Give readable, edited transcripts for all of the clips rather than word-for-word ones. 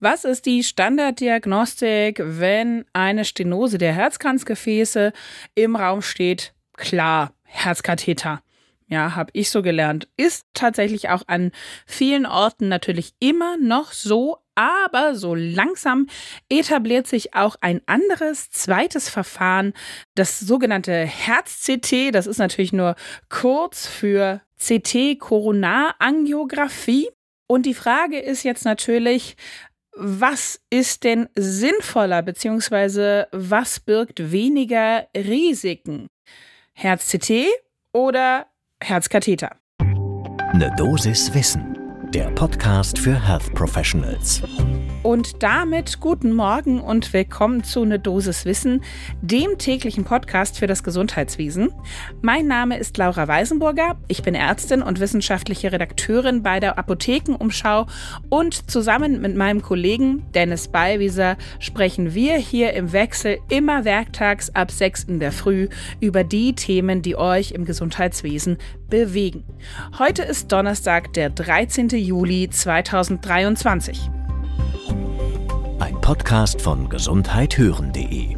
Was ist die Standarddiagnostik, wenn eine Stenose der Herzkranzgefäße im Raum steht? Klar, Herzkatheter. Ja, habe ich so gelernt. Ist tatsächlich auch an vielen Orten natürlich immer noch so, aber so langsam etabliert sich auch ein anderes, zweites Verfahren, das sogenannte Herz-CT. Das ist natürlich nur kurz für CT-Koronarangiographie. Und die Frage ist jetzt natürlich, was ist denn sinnvoller, beziehungsweise was birgt weniger Risiken? Herz-CT oder Herzkatheter? Eine Dosis Wissen, der Podcast für Health Professionals. Und damit guten Morgen und willkommen zu Ne Dosis Wissen, dem täglichen Podcast für das Gesundheitswesen. Mein Name ist Laura Weisenburger, ich bin Ärztin und wissenschaftliche Redakteurin bei der Apothekenumschau und zusammen mit meinem Kollegen Dennis Ballwieser sprechen wir hier im Wechsel immer werktags ab 6 in der Früh über die Themen, die euch im Gesundheitswesen bewegen. Heute ist Donnerstag, der 13. Juli 2023. Ein Podcast von gesundheithören.de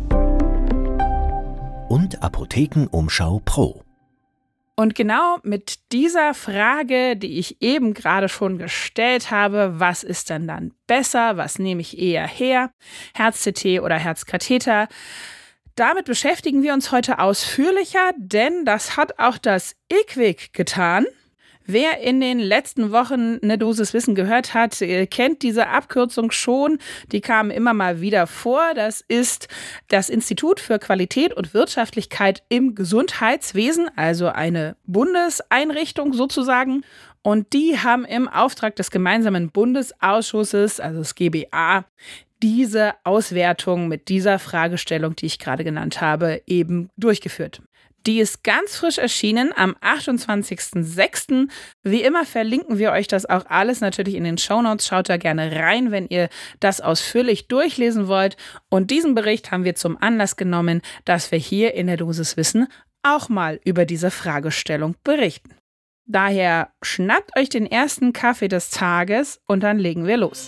und Apothekenumschau Pro. Und genau mit dieser Frage, die ich eben gerade schon gestellt habe, was ist denn dann besser, was nehme ich eher her, Herz-CT oder Herzkatheter, damit beschäftigen wir uns heute ausführlicher, denn das hat auch das IQWiC getan. Wer in den letzten Wochen eine Dosis Wissen gehört hat, kennt diese Abkürzung schon. Die kam immer mal wieder vor. Das ist das Institut für Qualität und Wirtschaftlichkeit im Gesundheitswesen, also eine Bundeseinrichtung sozusagen. Und die haben im Auftrag des gemeinsamen Bundesausschusses, also des GBA, diese Auswertung mit dieser Fragestellung, die ich gerade genannt habe, eben durchgeführt. Die ist ganz frisch erschienen am 28.06. Wie immer verlinken wir euch das auch alles natürlich in den Shownotes. Schaut da gerne rein, wenn ihr das ausführlich durchlesen wollt. Und diesen Bericht haben wir zum Anlass genommen, dass wir hier in der Dosis Wissen auch mal über diese Fragestellung berichten. Daher schnappt euch den ersten Kaffee des Tages und dann legen wir los.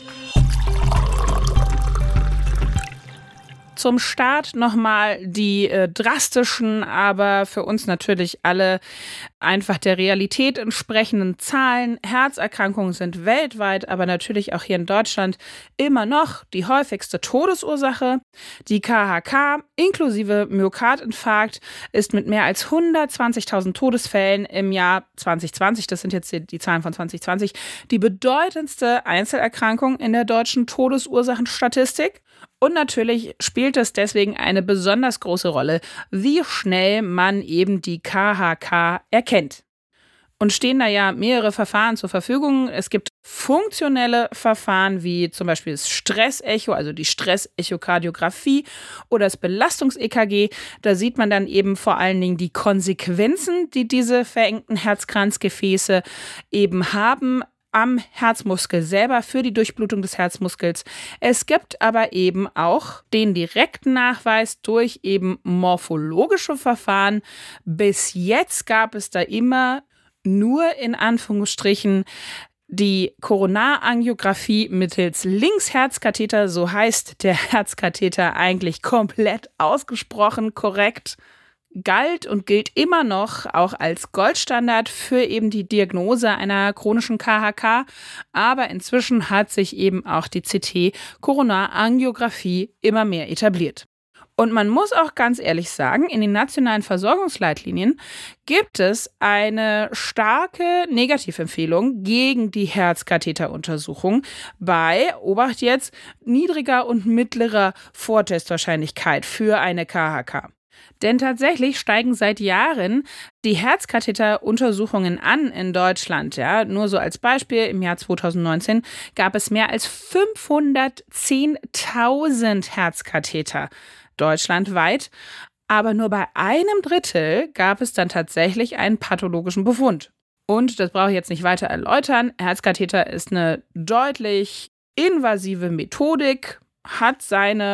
Zum Start nochmal die drastischen, aber für uns natürlich alle einfach der Realität entsprechenden Zahlen. Herzerkrankungen sind weltweit, aber natürlich auch hier in Deutschland immer noch die häufigste Todesursache. Die KHK inklusive Myokardinfarkt ist mit mehr als 120.000 Todesfällen im Jahr 2020, das sind jetzt die Zahlen von 2020, die bedeutendste Einzelerkrankung in der deutschen Todesursachenstatistik. Und natürlich spielt es deswegen eine besonders große Rolle, wie schnell man eben die KHK erkennt. Und stehen da ja mehrere Verfahren zur Verfügung. Es gibt funktionelle Verfahren wie zum Beispiel das Stress-Echo, also die Stress-Echokardiographie oder das Belastungs-EKG. Da sieht man dann eben vor allen Dingen die Konsequenzen, die diese verengten Herzkranzgefäße eben haben am Herzmuskel selber für die Durchblutung des Herzmuskels. Es gibt aber eben auch den direkten Nachweis durch eben morphologische Verfahren. Bis jetzt gab es da immer nur in Anführungsstrichen die Koronarangiographie mittels Linksherzkatheter, so heißt der Herzkatheter eigentlich komplett ausgesprochen korrekt, galt und gilt immer noch auch als Goldstandard für eben die Diagnose einer chronischen KHK. Aber inzwischen hat sich eben auch die CT-Koronarangiographie immer mehr etabliert. Und man muss auch ganz ehrlich sagen, in den nationalen Versorgungsleitlinien gibt es eine starke Negativempfehlung gegen die Herzkatheteruntersuchung bei, Obacht jetzt, niedriger und mittlerer Vortestwahrscheinlichkeit für eine KHK. Denn tatsächlich steigen seit Jahren die Herzkatheteruntersuchungen an in Deutschland. Ja, nur so als Beispiel, im Jahr 2019 gab es mehr als 510.000 Herzkatheter deutschlandweit. Aber nur bei einem Drittel gab es dann tatsächlich einen pathologischen Befund. Und, das brauche ich jetzt nicht weiter erläutern, Herzkatheter ist eine deutlich invasive Methodik, hat seine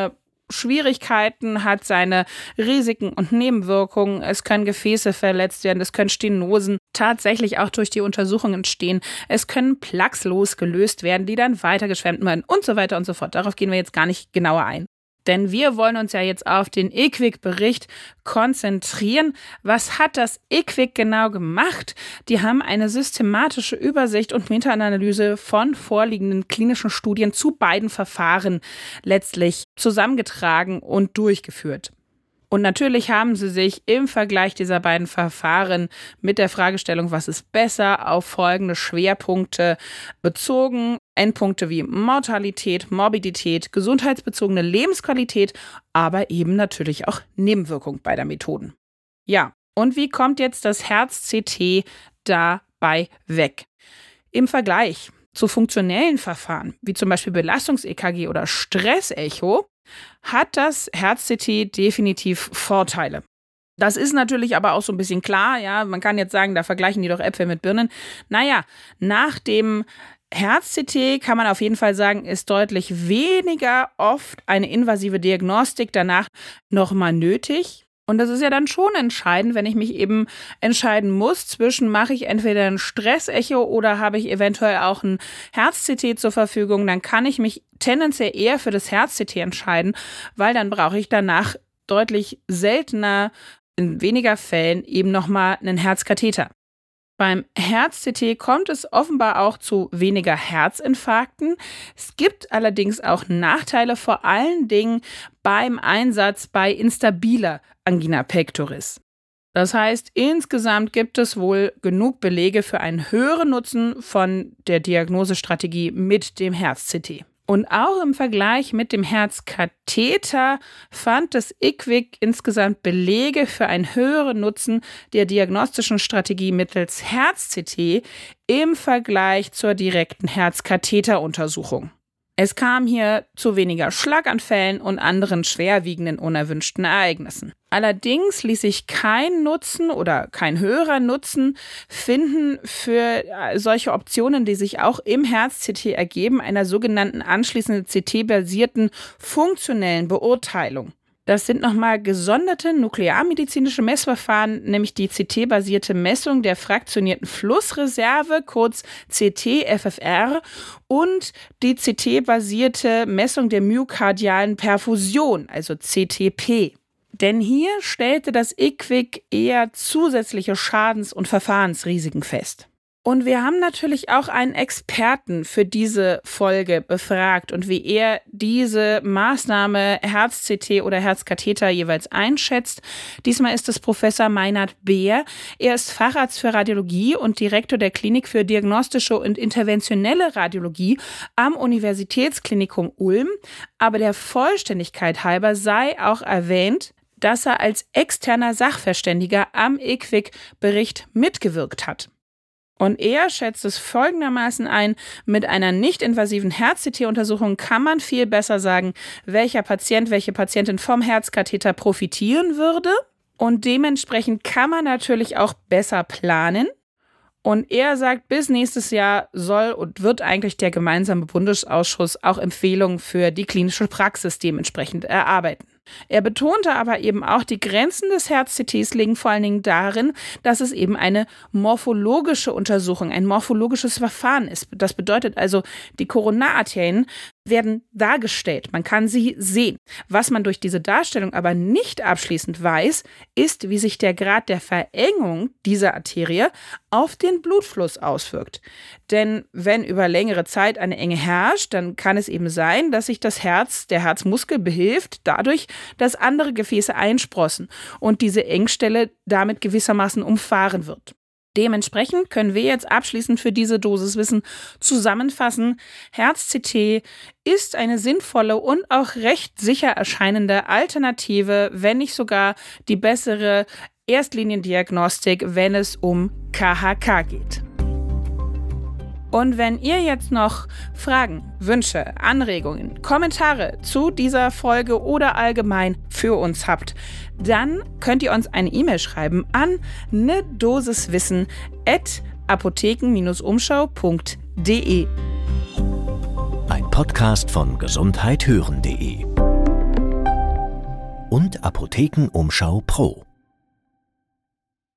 Schwierigkeiten, hat seine Risiken und Nebenwirkungen. Es können Gefäße verletzt werden, es können Stenosen tatsächlich auch durch die Untersuchung entstehen. Es können Plaques losgelöst werden, die dann weitergeschwemmt werden und so weiter und so fort. Darauf gehen wir jetzt gar nicht genauer ein. Denn wir wollen uns ja jetzt auf den IQWiC-Bericht konzentrieren. Was hat das IQWiC genau gemacht? Die haben eine systematische Übersicht und Meta-Analyse von vorliegenden klinischen Studien zu beiden Verfahren letztlich zusammengetragen und durchgeführt. Und natürlich haben sie sich im Vergleich dieser beiden Verfahren mit der Fragestellung, was ist besser, auf folgende Schwerpunkte bezogen. Endpunkte wie Mortalität, Morbidität, gesundheitsbezogene Lebensqualität, aber eben natürlich auch Nebenwirkungen beider Methoden. Ja, und wie kommt jetzt das Herz-CT dabei weg? Im Vergleich zu funktionellen Verfahren, wie zum Beispiel Belastungs-EKG oder Stress-Echo, hat das Herz-CT definitiv Vorteile. Das ist natürlich aber auch so ein bisschen klar, ja, man kann jetzt sagen, da vergleichen die doch Äpfel mit Birnen. Naja, nach dem Herz-CT kann man auf jeden Fall sagen, ist deutlich weniger oft eine invasive Diagnostik danach nochmal nötig. Und das ist ja dann schon entscheidend, wenn ich mich eben entscheiden muss zwischen, mache ich entweder ein Stress-Echo oder habe ich eventuell auch ein Herz-CT zur Verfügung, dann kann ich mich tendenziell eher für das Herz-CT entscheiden, weil dann brauche ich danach deutlich seltener, in weniger Fällen eben nochmal einen Herzkatheter. Beim Herz-CT kommt es offenbar auch zu weniger Herzinfarkten. Es gibt allerdings auch Nachteile, vor allen Dingen beim Einsatz bei instabiler Angina pectoris. Das heißt, insgesamt gibt es wohl genug Belege für einen höheren Nutzen von der Diagnosestrategie mit dem Herz-CT. Und auch im Vergleich mit dem Herzkatheter fand das IQWiC insgesamt Belege für einen höheren Nutzen der diagnostischen Strategie mittels Herz-CT im Vergleich zur direkten Herzkatheteruntersuchung. Es kam hier zu weniger Schlaganfällen und anderen schwerwiegenden unerwünschten Ereignissen. Allerdings ließ sich kein Nutzen oder kein höherer Nutzen finden für solche Optionen, die sich auch im Herz-CT ergeben, einer sogenannten anschließenden CT-basierten funktionellen Beurteilung. Das sind nochmal gesonderte nuklearmedizinische Messverfahren, nämlich die CT-basierte Messung der fraktionierten Flussreserve, kurz CT-FFR, und die CT-basierte Messung der myokardialen Perfusion, also CTP. Denn hier stellte das IQWiC eher zusätzliche Schadens- und Verfahrensrisiken fest. Und wir haben natürlich auch einen Experten für diese Folge befragt und wie er diese Maßnahme Herz-CT oder Herzkatheter jeweils einschätzt. Diesmal ist es Professor Meinhard Beer. Er ist Facharzt für Radiologie und Direktor der Klinik für diagnostische und interventionelle Radiologie am Universitätsklinikum Ulm. Aber der Vollständigkeit halber sei auch erwähnt, dass er als externer Sachverständiger am IQWiC-Bericht mitgewirkt hat. Und er schätzt es folgendermaßen ein: Mit einer nicht-invasiven Herz-CT-Untersuchung kann man viel besser sagen, welcher Patient, welche Patientin vom Herzkatheter profitieren würde. Und dementsprechend kann man natürlich auch besser planen. Und er sagt, bis nächstes Jahr soll und wird eigentlich der gemeinsame Bundesausschuss auch Empfehlungen für die klinische Praxis dementsprechend erarbeiten. Er betonte aber eben auch, die Grenzen des Herz-CTs liegen vor allen Dingen darin, dass es eben eine morphologische Untersuchung, ein morphologisches Verfahren ist. Das bedeutet also, die Koronararterien werden dargestellt. Man kann sie sehen. Was man durch diese Darstellung aber nicht abschließend weiß, ist, wie sich der Grad der Verengung dieser Arterie auf den Blutfluss auswirkt. Denn wenn über längere Zeit eine Enge herrscht, dann kann es eben sein, dass sich das Herz, der Herzmuskel behilft dadurch, dass andere Gefäße einsprossen und diese Engstelle damit gewissermaßen umfahren wird. Dementsprechend können wir jetzt abschließend für diese Dosiswissen zusammenfassen: Herz-CT ist eine sinnvolle und auch recht sicher erscheinende Alternative, wenn nicht sogar die bessere Erstliniendiagnostik, wenn es um KHK geht. Und wenn ihr jetzt noch Fragen, Wünsche, Anregungen, Kommentare zu dieser Folge oder allgemein für uns habt, dann könnt ihr uns eine E-Mail schreiben an nedosiswissen@apotheken-umschau.de. Ein Podcast von gesundheithören.de und Apothekenumschau Pro.